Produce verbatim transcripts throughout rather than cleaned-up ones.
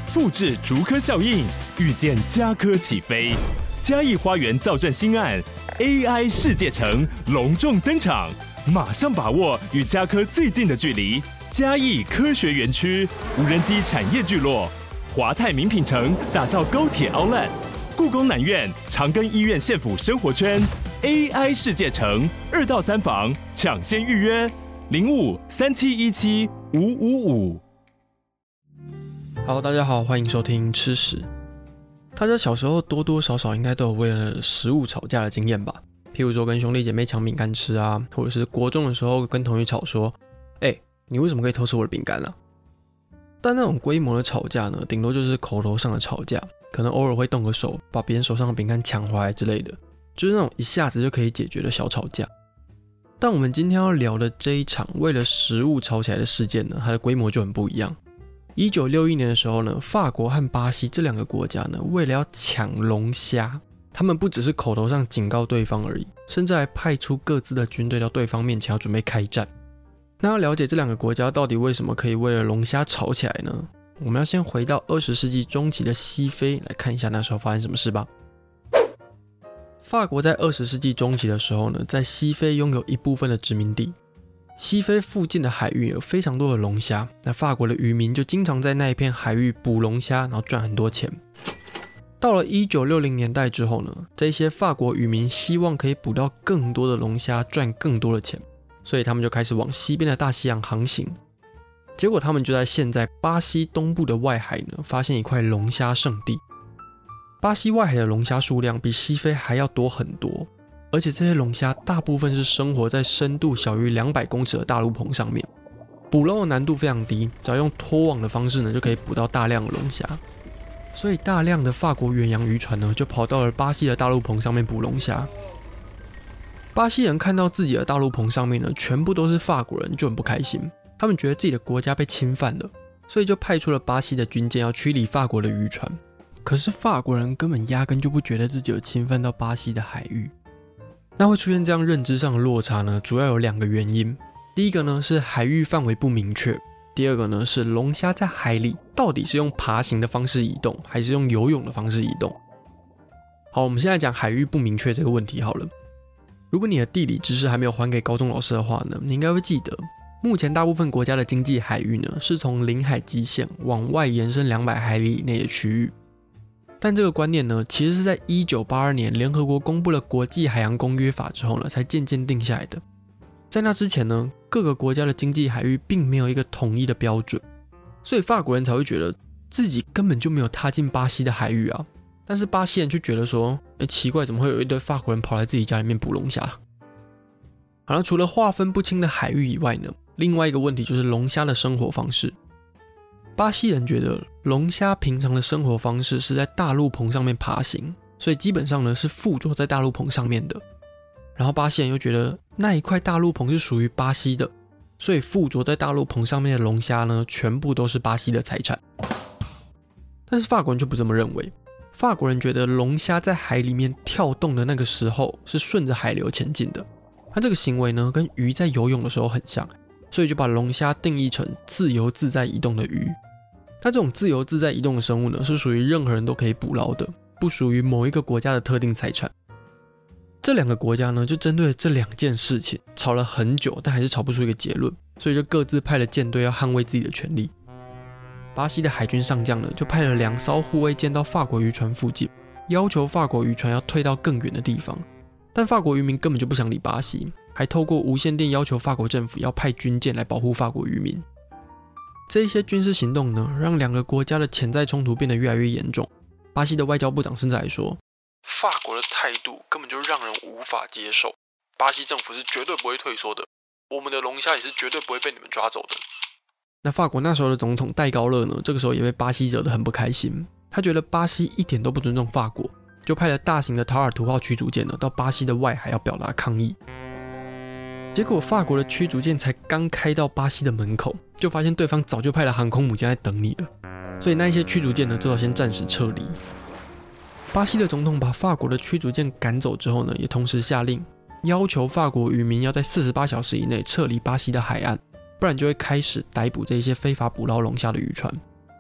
复制竹科效应，预见家科起飞。嘉义花园造镇新案 A I 世界城隆重登场，马上把握与家科最近的距离。嘉义科学园区无人机产业聚落，华泰名品城打造高铁 Outlet， 故宫南院长庚医院县府生活圈 A I 世界城二到三房抢先预约零五三七一七五五五。 好，大家好，欢迎收听吃史。大家小时候多多少少应该都有为了食物吵架的经验吧？譬如说跟兄弟姐妹抢饼干吃啊，或者是国中的时候跟同学吵说：“哎、欸，你为什么可以偷吃我的饼干啊？”但那种规模的吵架呢，顶多就是口头上的吵架，可能偶尔会动个手，把别人手上的饼干抢回来之类的，就是那种一下子就可以解决的小吵架。但我们今天要聊的这一场为了食物吵起来的事件呢，它的规模就很不一样。一九六一年的时候呢，法国和巴西这两个国家呢，为了要抢龙虾，他们不只是口头上警告对方而已，甚至还派出各自的军队到对方面前要准备开战。那要了解这两个国家到底为什么可以为了龙虾吵起来呢？我们要先回到二十世纪中期的西非来看一下那时候发生什么事吧。法国在二十世纪中期的时候呢，在西非拥有一部分的殖民地。西非附近的海域有非常多的龙虾，那法国的渔民就经常在那一片海域捕龙虾，然后赚很多钱。到了一九六零年代之后呢，这些法国渔民希望可以捕到更多的龙虾，赚更多的钱，所以他们就开始往西边的大西洋航行。结果他们就在现在巴西东部的外海呢，发现一块龙虾圣地。巴西外海的龙虾数量比西非还要多很多，而且这些龙虾大部分是生活在深度小于两百公尺的大陆棚上面，捕捞的难度非常低，只要用拖网的方式呢，就可以捕到大量的龙虾。所以大量的法国远洋渔船呢，就跑到了巴西的大陆棚上面捕龙虾。巴西人看到自己的大陆棚上面呢，全部都是法国人，就很不开心。他们觉得自己的国家被侵犯了，所以就派出了巴西的军舰要驱离法国的渔船。可是法国人根本压根就不觉得自己有侵犯到巴西的海域。那会出现这样认知上的落差呢，主要有两个原因。第一个呢是海域范围不明确，第二个呢是龙虾在海里到底是用爬行的方式移动，还是用游泳的方式移动。好，我们现在讲海域不明确这个问题好了。如果你的地理知识还没有还给高中老师的话呢，你应该会记得，目前大部分国家的经济海域呢，是从领海基线往外延伸两百海里以内的区域。但这个观念呢，其实是在一九八二年联合国公布了国际海洋公约法之后呢，才渐渐定下来的。在那之前呢，各个国家的经济海域并没有一个统一的标准，所以法国人才会觉得自己根本就没有踏进巴西的海域啊。但是巴西人却觉得说，哎，奇怪，怎么会有一堆法国人跑来自己家里面捕龙虾？好了，除了划分不清的海域以外呢，另外一个问题就是龙虾的生活方式。巴西人觉得龙虾平常的生活方式是在大陆棚上面爬行，所以基本上呢是附着在大陆棚上面的。然后巴西人又觉得那一块大陆棚是属于巴西的，所以附着在大陆棚上面的龙虾呢，全部都是巴西的财产。但是法国人就不这么认为，法国人觉得龙虾在海里面跳动的那个时候是顺着海流前进的，它这个行为呢跟鱼在游泳的时候很像，所以就把龙虾定义成自由自在移动的鱼。它这种自由自在移动的生物呢，是属于任何人都可以捕捞的，不属于某一个国家的特定财产。这两个国家呢，就针对这两件事情吵了很久，但还是吵不出一个结论，所以就各自派了舰队要捍卫自己的权利。巴西的海军上将呢，就派了两艘护卫舰到法国渔船附近，要求法国渔船要退到更远的地方。但法国渔民根本就不想理巴西，还透过无线电要求法国政府要派军舰来保护法国渔民。这一些军事行动呢，让两个国家的潜在冲突变得越来越严重。巴西的外交部长甚至还说，法国的态度根本就让人无法接受，巴西政府是绝对不会退缩的，我们的龙虾也是绝对不会被你们抓走的。那法国那时候的总统戴高乐呢，这个时候也被巴西惹得很不开心，他觉得巴西一点都不尊重法国，就派了大型的塔尔图号驱逐舰呢到巴西的外海要表达抗议。结果法国的驱逐舰才刚开到巴西的门口，就发现对方早就派了航空母舰在等你了，所以那一些驱逐舰呢，最好先暂时撤离。巴西的总统把法国的驱逐舰赶走之后呢，也同时下令要求法国渔民要在四十八小时以内撤离巴西的海岸，不然就会开始逮捕这些非法捕捞龙虾的渔船。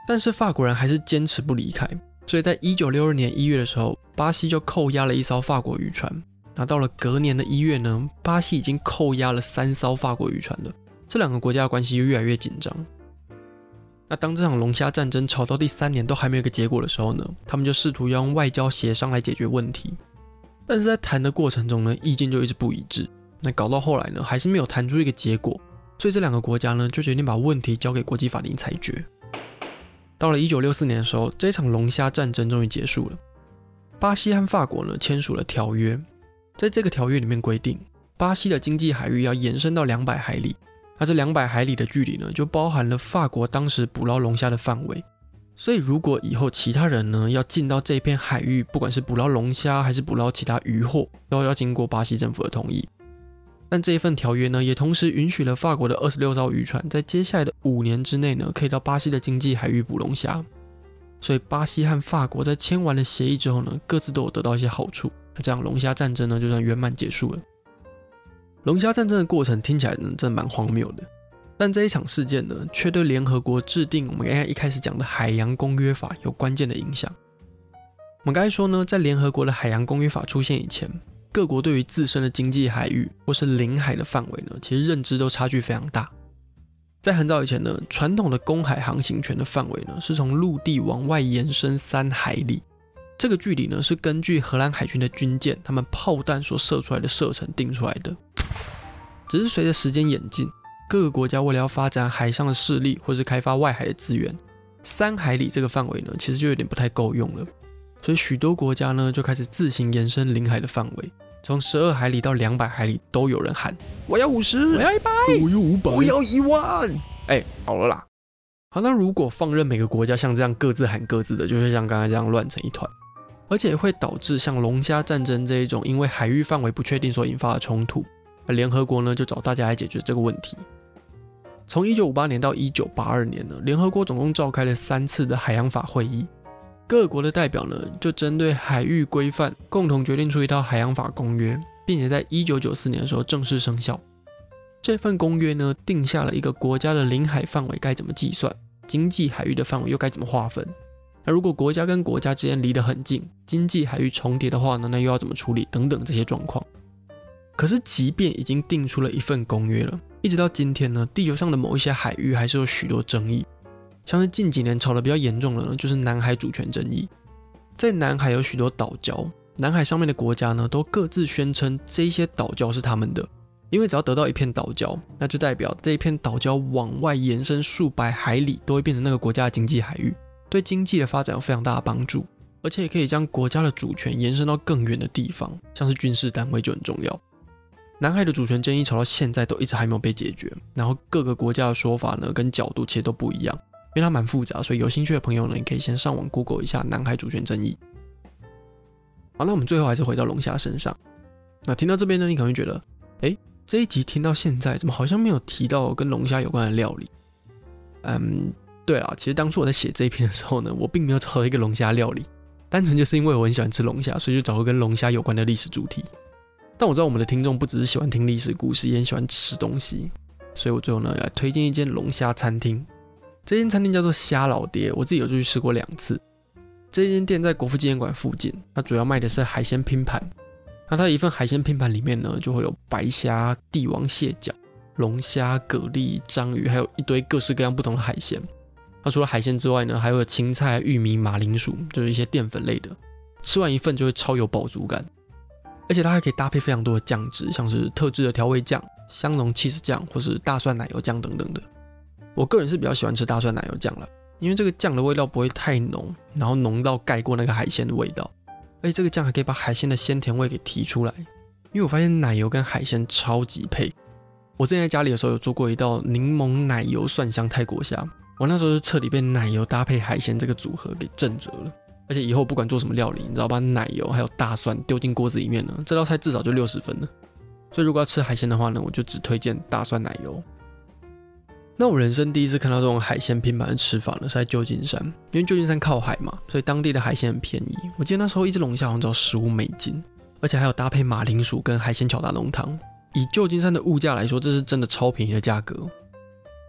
但是法国人还是坚持不离开，所以在一九六二年一月的时候，巴西就扣押了一艘法国渔船。那到了隔年的一月呢，巴西已经扣押了三艘法国渔船了，这两个国家的关系就越来越紧张。那当这场龙虾战争吵到第三年都还没有一个结果的时候呢，他们就试图要用外交协商来解决问题。但是在谈的过程中呢，意见就一直不一致，那搞到后来呢，还是没有谈出一个结果，所以这两个国家呢，就决定把问题交给国际法庭裁决。到了一九六四年的时候，这场龙虾战争终于结束了。巴西和法国呢签署了条约，在这个条约里面规定，巴西的经济海域要延伸到两百海里，那这两百海里的距离呢，就包含了法国当时捕捞龙虾的范围。所以如果以后其他人呢要进到这片海域，不管是捕捞龙虾还是捕捞其他渔获，都要经过巴西政府的同意。但这一份条约呢，也同时允许了法国的二十六艘渔船在接下来的五年之内呢，可以到巴西的经济海域捕龙虾。所以巴西和法国在签完了协议之后呢，各自都有得到一些好处。那这样龙虾战争呢，就算圆满结束了。龙虾战争的过程听起来呢，真的蛮荒谬的。但这一场事件呢，却对联合国制定我们刚才一开始讲的海洋公约法有关键的影响。我们刚才说呢，在联合国的海洋公约法出现以前，各国对于自身的经济海域或是领海的范围呢，其实认知都差距非常大。在很早以前呢，传统的公海航行权的范围呢，是从陆地往外延伸三海里。这个距离呢，是根据荷兰海军的军舰他们炮弹所射出来的射程定出来的。只是随着时间演进，各个国家为了要发展海上的势力或是开发外海的资源，三海里这个范围呢，其实就有点不太够用了。所以许多国家呢，就开始自行延伸领海的范围，从十二海里到两百海里都有人喊我要五十，我要一百， 我要五百， 我要一万。哎、欸，好了啦。好，那如果放任每个国家像这样各自喊各自的，就会像刚才这样乱成一团，而且会导致像龙虾战争这一种因为海域范围不确定所引发的冲突。而联合国呢，就找大家来解决这个问题。从一九五八年到一九八二年呢，联合国总共召开了三次的海洋法会议，各国的代表呢，就针对海域规范共同决定出一套海洋法公约，并且在一九九四年的时候正式生效。这份公约呢，定下了一个国家的领海范围该怎么计算，经济海域的范围又该怎么划分。那如果国家跟国家之间离得很近，经济海域重叠的话呢，那又要怎么处理等等这些状况。可是即便已经定出了一份公约了，一直到今天呢，地球上的某一些海域还是有许多争议。像是近几年吵得比较严重的呢，就是南海主权争议。在南海有许多岛礁，南海上面的国家呢，都各自宣称这些岛礁是他们的，因为只要得到一片岛礁，那就代表这一片岛礁往外延伸数百海里，都会变成那个国家的经济海域，对经济的发展有非常大的帮助，而且也可以将国家的主权延伸到更远的地方，像是军事单位就很重要。南海的主权争议吵到现在都一直还没有被解决，然后各个国家的说法呢跟角度其实都不一样，因为它蛮复杂，所以有兴趣的朋友呢，你可以先上网 Google 一下南海主权争议。好，那我们最后还是回到龙虾身上。那听到这边呢，你可能会觉得，哎，这一集听到现在怎么好像没有提到跟龙虾有关的料理？嗯，对啦，其实当初我在写这一篇的时候呢，我并没有找到一个龙虾料理，单纯就是因为我很喜欢吃龙虾，所以就找个跟龙虾有关的历史主题。但我知道我们的听众不只是喜欢听历史故事，也很喜欢吃东西，所以我最后呢来推荐一间龙虾餐厅。这间餐厅叫做虾老爹，我自己有去吃过两次。这间店在国父纪念馆附近，它主要卖的是海鲜拼盘。那它一份海鲜拼盘里面呢，就会有白虾、帝王蟹脚、龙虾、蛤蜊、章鱼，还有一堆各式各样不同的海鲜。那除了海鲜之外呢，还有青菜、玉米、马铃薯，就是一些淀粉类的。吃完一份就会超有饱足感。而且它还可以搭配非常多的酱汁，像是特制的调味酱、香浓起司酱或是大蒜奶油酱等等的。我个人是比较喜欢吃大蒜奶油酱啦，因为这个酱的味道不会太浓，然后浓到盖过那个海鲜的味道，而且这个酱还可以把海鲜的鲜甜味给提出来。因为我发现奶油跟海鲜超级配。我之前在家里的时候有做过一道柠檬奶油蒜香泰国虾，我那时候就彻底被奶油搭配海鲜这个组合给震折了。而且以后不管做什么料理，你知道把奶油还有大蒜丢进锅子里面呢，这道菜至少就六十分了。所以如果要吃海鲜的话呢，我就只推荐大蒜奶油。那我人生第一次看到这种海鲜拼盘的吃法呢，是在旧金山，因为旧金山靠海嘛，所以当地的海鲜很便宜。我记得那时候一只龙虾好像只要十五美金，而且还有搭配马铃薯跟海鲜巧达浓汤。以旧金山的物价来说，这是真的超便宜的价格。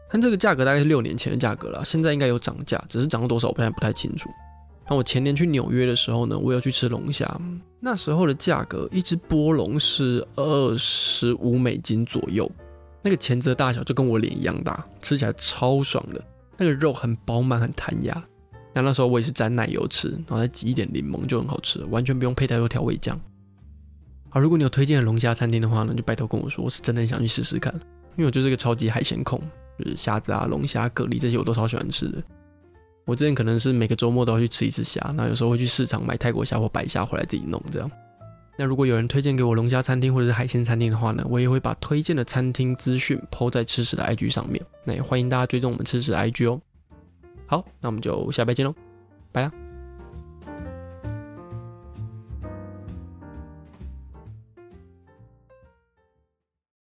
但这个价格大概是六年前的价格啦，现在应该有涨价，只是涨了多少我现在不太清楚。那我前年去纽约的时候呢，我有去吃龙虾，那时候的价格一只波龙是二十五美金左右，那个钳子的大小就跟我脸一样大，吃起来超爽的，那个肉很饱满很弹牙。那那时候我也是沾奶油吃，然后再挤一点柠檬就很好吃了，完全不用配太多调味酱。好，如果你有推荐的龙虾餐厅的话呢，就拜托跟我说，我是真的很想去试试看，因为我就是个超级海鲜控，就是虾子啊、龙虾、蛤蜊这些我都超喜欢吃的。我之前可能是每个周末都要去吃一次虾，那有时候会去市场买泰国虾或白虾回来自己弄这样。那如果有人推荐给我龙虾餐厅或者是海鲜餐厅的话呢，我也会把推荐的餐厅资讯 po 在吃史的 I G 上面，那也欢迎大家追踪我们吃史的 I G 哦。好，那我们就下拜见喽，拜啦。